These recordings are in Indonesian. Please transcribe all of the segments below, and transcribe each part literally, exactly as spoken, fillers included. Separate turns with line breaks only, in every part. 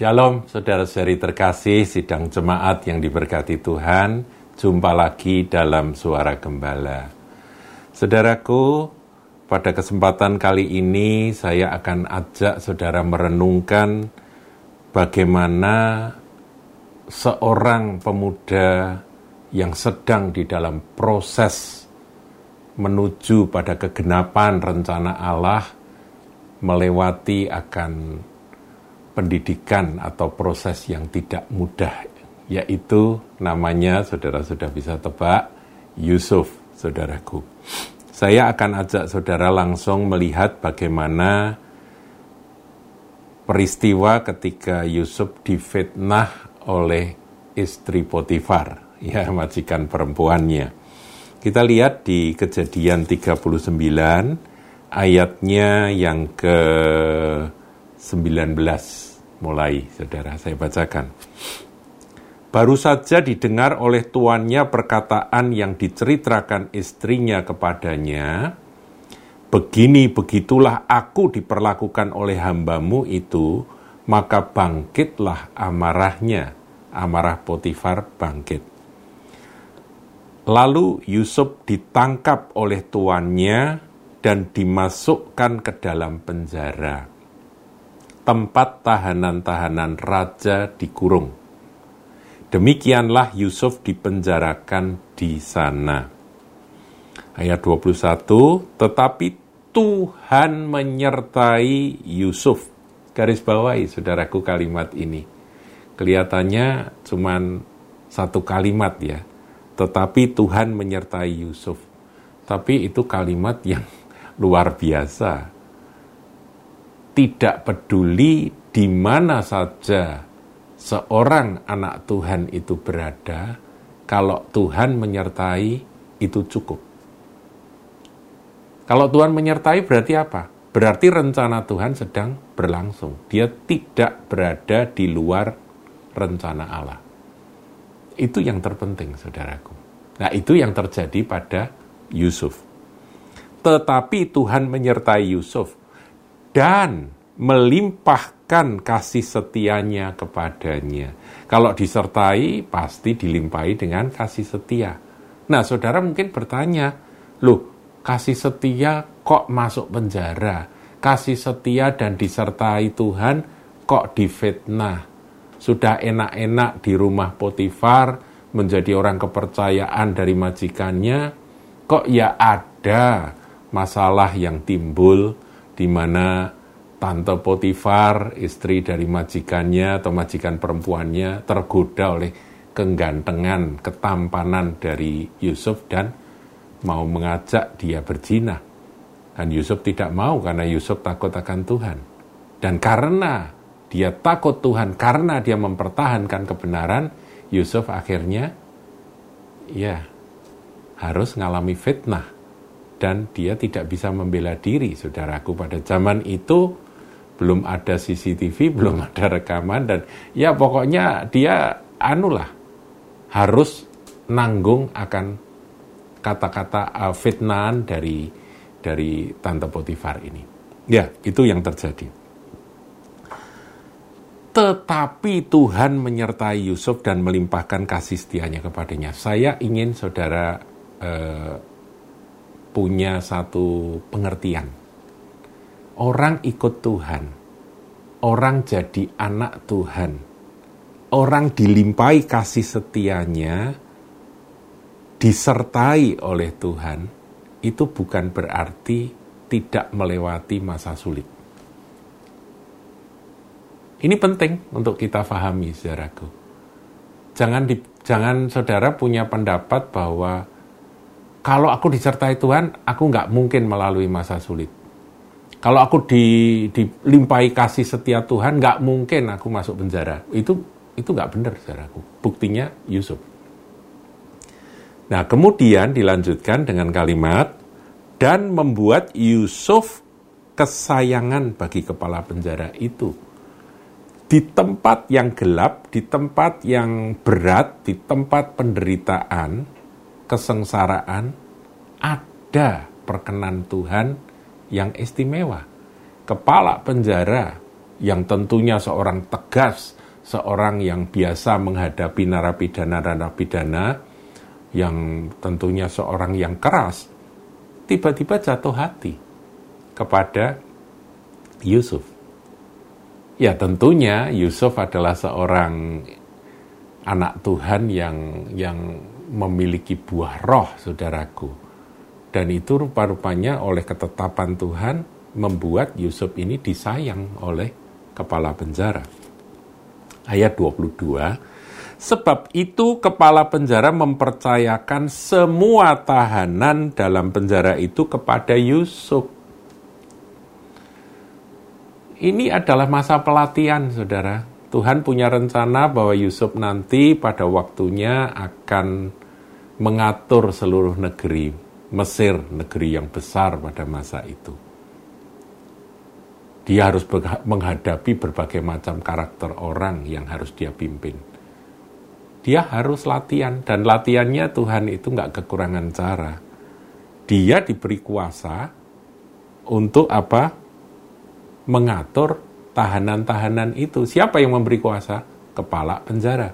Shalom, saudara-saudari terkasih, sidang jemaat yang diberkati Tuhan. Jumpa lagi dalam Suara Gembala. Saudaraku, pada kesempatan kali ini saya akan ajak saudara merenungkan bagaimana seorang pemuda yang sedang di dalam proses menuju pada kegenapan rencana Allah melewati akan pendidikan atau proses yang tidak mudah, yaitu namanya, saudara sudah bisa tebak, Yusuf, saudaraku. Saya akan ajak saudara langsung melihat bagaimana peristiwa ketika Yusuf difitnah oleh istri Potifar, ya, majikan perempuannya. Kita lihat di Kejadian tiga puluh sembilan, ayatnya yang ke sembilan belas mulai, saudara, saya bacakan. Baru saja didengar oleh tuannya perkataan yang diceritakan istrinya kepadanya, begini begitulah aku diperlakukan oleh hambamu itu, maka bangkitlah amarahnya, amarah Potifar bangkit. Lalu Yusuf ditangkap oleh tuannya dan dimasukkan ke dalam penjara, tempat tahanan-tahanan raja dikurung. Demikianlah Yusuf dipenjarakan di sana. Ayat dua puluh satu, tetapi Tuhan menyertai Yusuf. Garis bawahi, saudaraku, kalimat ini. Kelihatannya cuma satu kalimat, ya. Tetapi Tuhan menyertai Yusuf. Tapi itu kalimat yang luar biasa. Tidak peduli di mana saja seorang anak Tuhan itu berada, kalau Tuhan menyertai itu cukup. Kalau Tuhan menyertai berarti apa? Berarti rencana Tuhan sedang berlangsung. Dia tidak berada di luar rencana Allah. Itu yang terpenting, saudaraku. Nah, itu yang terjadi pada Yusuf. Tetapi Tuhan menyertai Yusuf dan melimpahkan kasih setianya kepadanya. Kalau disertai, pasti dilimpahi dengan kasih setia. Nah, saudara mungkin bertanya, loh, kasih setia kok masuk penjara? Kasih setia dan disertai Tuhan kok difitnah? Sudah enak-enak di rumah Potifar, menjadi orang kepercayaan dari majikannya, kok ya ada masalah yang timbul di mana Tante Potifar, istri dari majikannya atau majikan perempuannya, tergoda oleh kegantengan, ketampanan dari Yusuf dan mau mengajak dia berzina. Dan Yusuf tidak mau karena Yusuf takut akan Tuhan. Dan karena dia takut Tuhan, karena dia mempertahankan kebenaran, Yusuf akhirnya ya harus ngalami fitnah. Dan dia tidak bisa membela diri, saudaraku. Pada zaman itu belum ada C C T V, belum ada rekaman, dan ya pokoknya dia anulah, harus nanggung akan kata-kata uh, fitnahan dari dari Tante Potifar ini. Ya, itu yang terjadi. Tetapi Tuhan menyertai Yusuf dan melimpahkan kasih setianya kepadanya. Saya ingin saudara uh, punya satu pengertian. Orang ikut Tuhan, orang jadi anak Tuhan, orang dilimpahi kasih setianya, disertai oleh Tuhan, itu bukan berarti tidak melewati masa sulit. Ini penting untuk kita pahami, saudaraku. Jangan, di, jangan saudara punya pendapat bahwa kalau aku disertai Tuhan, aku nggak mungkin melalui masa sulit. Kalau aku di, dilimpahi kasih setia Tuhan, nggak mungkin aku masuk penjara. Itu itu nggak benar, saudaraku. Buktinya Yusuf. Nah, kemudian dilanjutkan dengan kalimat, dan membuat Yusuf kesayangan bagi kepala penjara itu. Di tempat yang gelap, di tempat yang berat, di tempat penderitaan, kesengsaraan, ada perkenan Tuhan yang istimewa. Kepala penjara yang tentunya seorang tegas, seorang yang biasa menghadapi narapidana-narapidana, yang tentunya seorang yang keras, tiba-tiba jatuh hati kepada Yusuf. Ya tentunya Yusuf adalah seorang anak Tuhan yang yang memiliki buah roh, saudaraku. Dan itu rupa-rupanya oleh ketetapan Tuhan membuat Yusuf ini disayang oleh kepala penjara. Ayat dua puluh dua, sebab itu kepala penjara mempercayakan semua tahanan dalam penjara itu kepada Yusuf. Ini adalah masa pelatihan, saudara. Tuhan punya rencana bahwa Yusuf nanti pada waktunya akan mengatur seluruh negeri Mesir, negeri yang besar pada masa itu. Dia harus menghadapi berbagai macam karakter orang yang harus dia pimpin. Dia harus latihan, dan latihannya Tuhan itu nggak kekurangan cara. Dia diberi kuasa untuk apa? Mengatur tahanan-tahanan itu. Siapa yang memberi kuasa? Kepala penjara.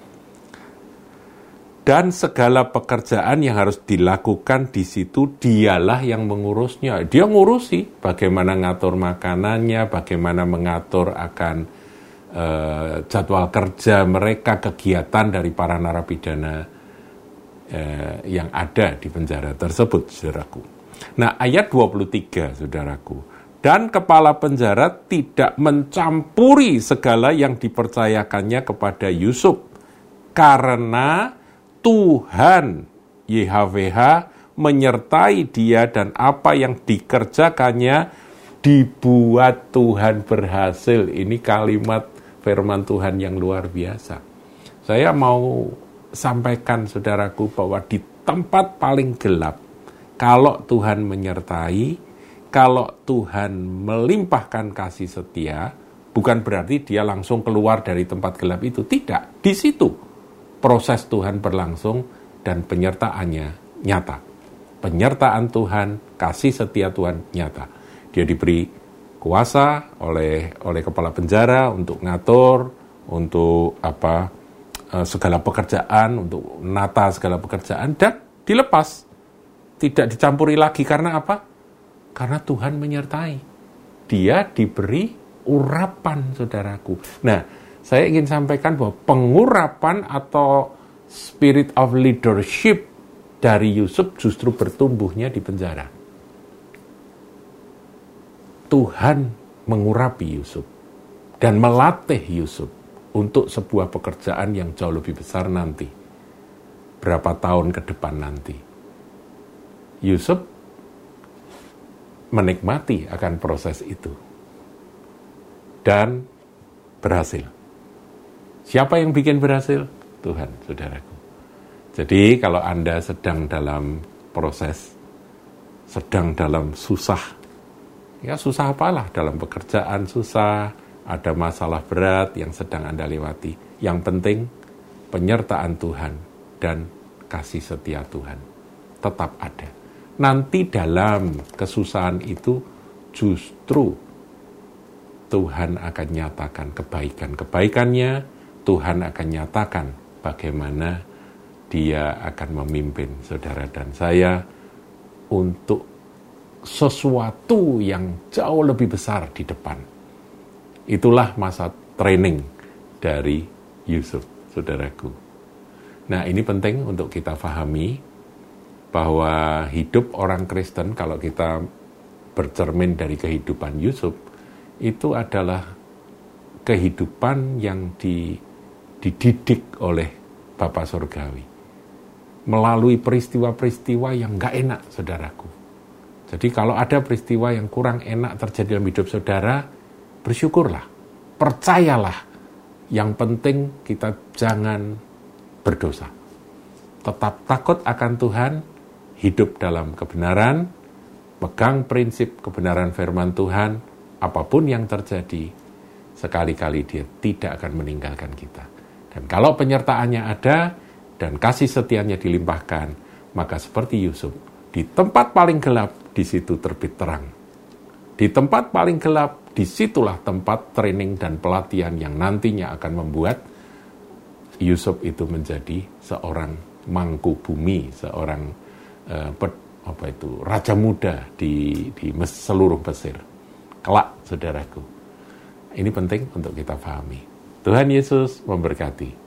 Dan segala pekerjaan yang harus dilakukan di situ, dialah yang mengurusnya. Dia ngurusi bagaimana ngatur makanannya, bagaimana mengatur akan uh, jadwal kerja mereka, kegiatan dari para narapidana uh, yang ada di penjara tersebut, saudaraku. Nah, ayat dua puluh tiga, saudaraku. Dan kepala penjara tidak mencampuri segala yang dipercayakannya kepada Yusuf, karena Tuhan Y H W H menyertai dia, dan apa yang dikerjakannya dibuat Tuhan berhasil. Ini kalimat firman Tuhan yang luar biasa. Saya mau sampaikan, saudaraku, bahwa di tempat paling gelap, kalau Tuhan menyertai, kalau Tuhan melimpahkan kasih setia, bukan berarti dia langsung keluar dari tempat gelap itu. Tidak, di situ proses Tuhan berlangsung dan penyertaannya nyata. Penyertaan Tuhan, kasih setia Tuhan nyata. Dia diberi kuasa oleh oleh kepala penjara untuk ngatur, untuk apa segala pekerjaan, untuk nata segala pekerjaan, dan dilepas. Tidak dicampuri lagi. Karena apa? Karena Tuhan menyertai. Dia diberi urapan, saudaraku. Nah, saya ingin sampaikan bahwa pengurapan atau spirit of leadership dari Yusuf justru bertumbuhnya di penjara. Tuhan mengurapi Yusuf dan melatih Yusuf untuk sebuah pekerjaan yang jauh lebih besar nanti. Berapa tahun ke depan nanti. Yusuf menikmati akan proses itu dan berhasil. Siapa yang bikin berhasil? Tuhan, saudaraku. Jadi kalau Anda sedang dalam proses, sedang dalam susah, ya susah apalah, dalam pekerjaan susah, ada masalah berat yang sedang Anda lewati. Yang penting penyertaan Tuhan dan kasih setia Tuhan tetap ada. Nanti dalam kesusahan itu justru Tuhan akan nyatakan kebaikan-kebaikannya, Tuhan akan nyatakan bagaimana Dia akan memimpin saudara dan saya untuk sesuatu yang jauh lebih besar di depan. Itulah masa training dari Yusuf, saudaraku. Nah, ini penting untuk kita pahami, bahwa hidup orang Kristen, kalau kita bercermin dari kehidupan Yusuf, itu adalah kehidupan yang di, dididik oleh Bapa Surgawi. Melalui peristiwa-peristiwa yang gak enak, saudaraku. Jadi kalau ada peristiwa yang kurang enak terjadi dalam hidup saudara, bersyukurlah, percayalah. Yang penting kita jangan berdosa. Tetap takut akan Tuhan, hidup dalam kebenaran, pegang prinsip kebenaran firman Tuhan, apapun yang terjadi, sekali-kali Dia tidak akan meninggalkan kita. Dan kalau penyertaannya ada, dan kasih setianya dilimpahkan, maka seperti Yusuf, di tempat paling gelap, di situ terbit terang. Di tempat paling gelap, disitulah tempat training dan pelatihan yang nantinya akan membuat Yusuf itu menjadi seorang mangku bumi, seorang uh, ped, apa itu raja muda di di mes, seluruh Mesir. Kelak, saudaraku. Ini penting untuk kita pahami. Tuhan Yesus memberkati.